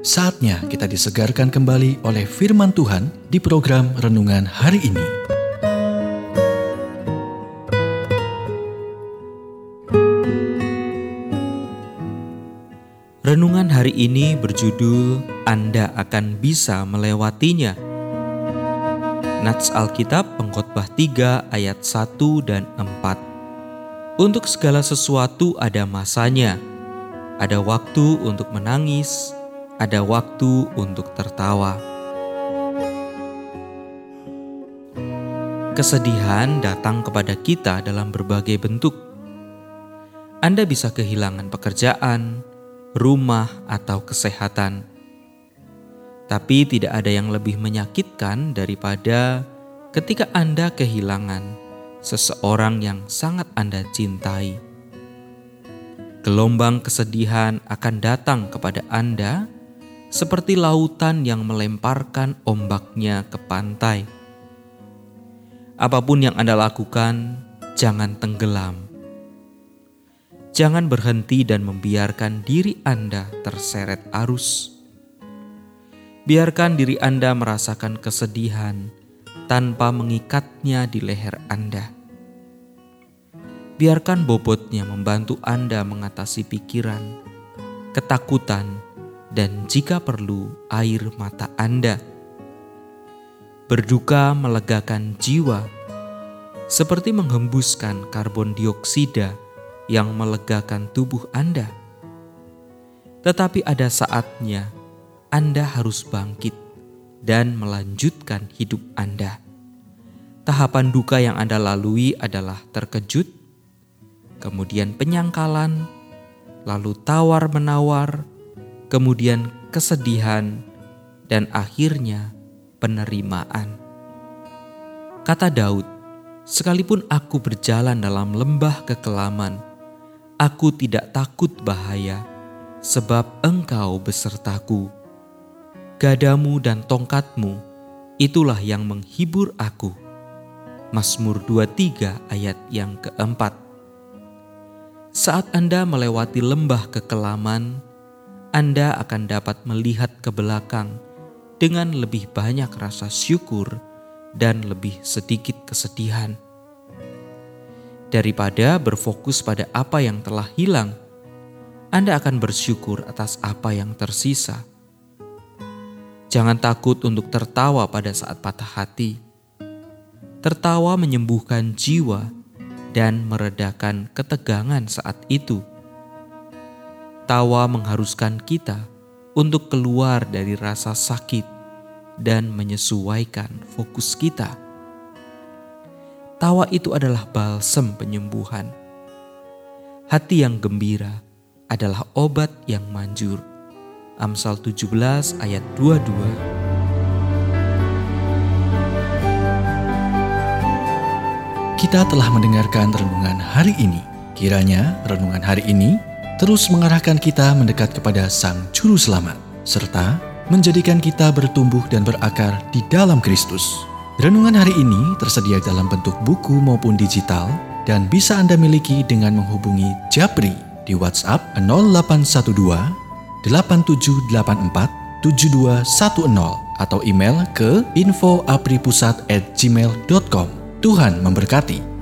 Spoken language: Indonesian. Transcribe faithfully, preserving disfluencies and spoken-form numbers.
Saatnya kita disegarkan kembali oleh firman Tuhan di program Renungan Hari Ini. Renungan hari ini berjudul Anda akan bisa melewatinya. Nats Alkitab Pengkhotbah tiga ayat satu dan empat. Untuk segala sesuatu ada masanya. Ada waktu untuk menangis, ada waktu untuk tertawa. Kesedihan datang kepada kita dalam berbagai bentuk. Anda bisa kehilangan pekerjaan, rumah, atau kesehatan. Tapi tidak ada yang lebih menyakitkan daripada ketika Anda kehilangan seseorang yang sangat Anda cintai. Gelombang kesedihan akan datang kepada Anda seperti lautan yang melemparkan ombaknya ke pantai. Apapun yang Anda lakukan, jangan tenggelam. Jangan berhenti dan membiarkan diri Anda terseret arus. Biarkan diri Anda merasakan kesedihan tanpa mengikatnya di leher Anda. Biarkan bobotnya membantu Anda mengatasi pikiran, ketakutan, dan jika perlu air mata Anda. Berduka melegakan jiwa, seperti menghembuskan karbon dioksida yang melegakan tubuh Anda. Tetapi ada saatnya Anda harus bangkit dan melanjutkan hidup Anda. Tahapan duka yang Anda lalui adalah terkejut, kemudian penyangkalan, lalu tawar-menawar, kemudian kesedihan, dan akhirnya penerimaan. Kata Daud, "Sekalipun aku berjalan dalam lembah kekelaman, aku tidak takut bahaya, sebab Engkau besertaku. Gadamu dan tongkatmu, itulah yang menghibur aku." Mazmur dua puluh tiga ayat yang keempat. Saat Anda melewati lembah kekelaman, Anda akan dapat melihat ke belakang dengan lebih banyak rasa syukur dan lebih sedikit kesedihan. Daripada berfokus pada apa yang telah hilang, Anda akan bersyukur atas apa yang tersisa. Jangan takut untuk tertawa pada saat patah hati. Tertawa menyembuhkan jiwa dan meredakan ketegangan saat itu. Tawa mengharuskan kita untuk keluar dari rasa sakit dan menyesuaikan fokus kita. Tawa itu adalah balsem penyembuhan. Hati yang gembira adalah obat yang manjur. Amsal tujuh belas ayat dua puluh dua. Kita telah mendengarkan renungan hari ini. Kiranya renungan hari ini terus mengarahkan kita mendekat kepada Sang Juru Selamat, serta menjadikan kita bertumbuh dan berakar di dalam Kristus. Renungan hari ini tersedia dalam bentuk buku maupun digital dan bisa Anda miliki dengan menghubungi Japri di WhatsApp nol delapan satu dua delapan tujuh delapan empat tujuh dua satu nol atau email ke info apripusat at gmail dot com. Tuhan memberkati.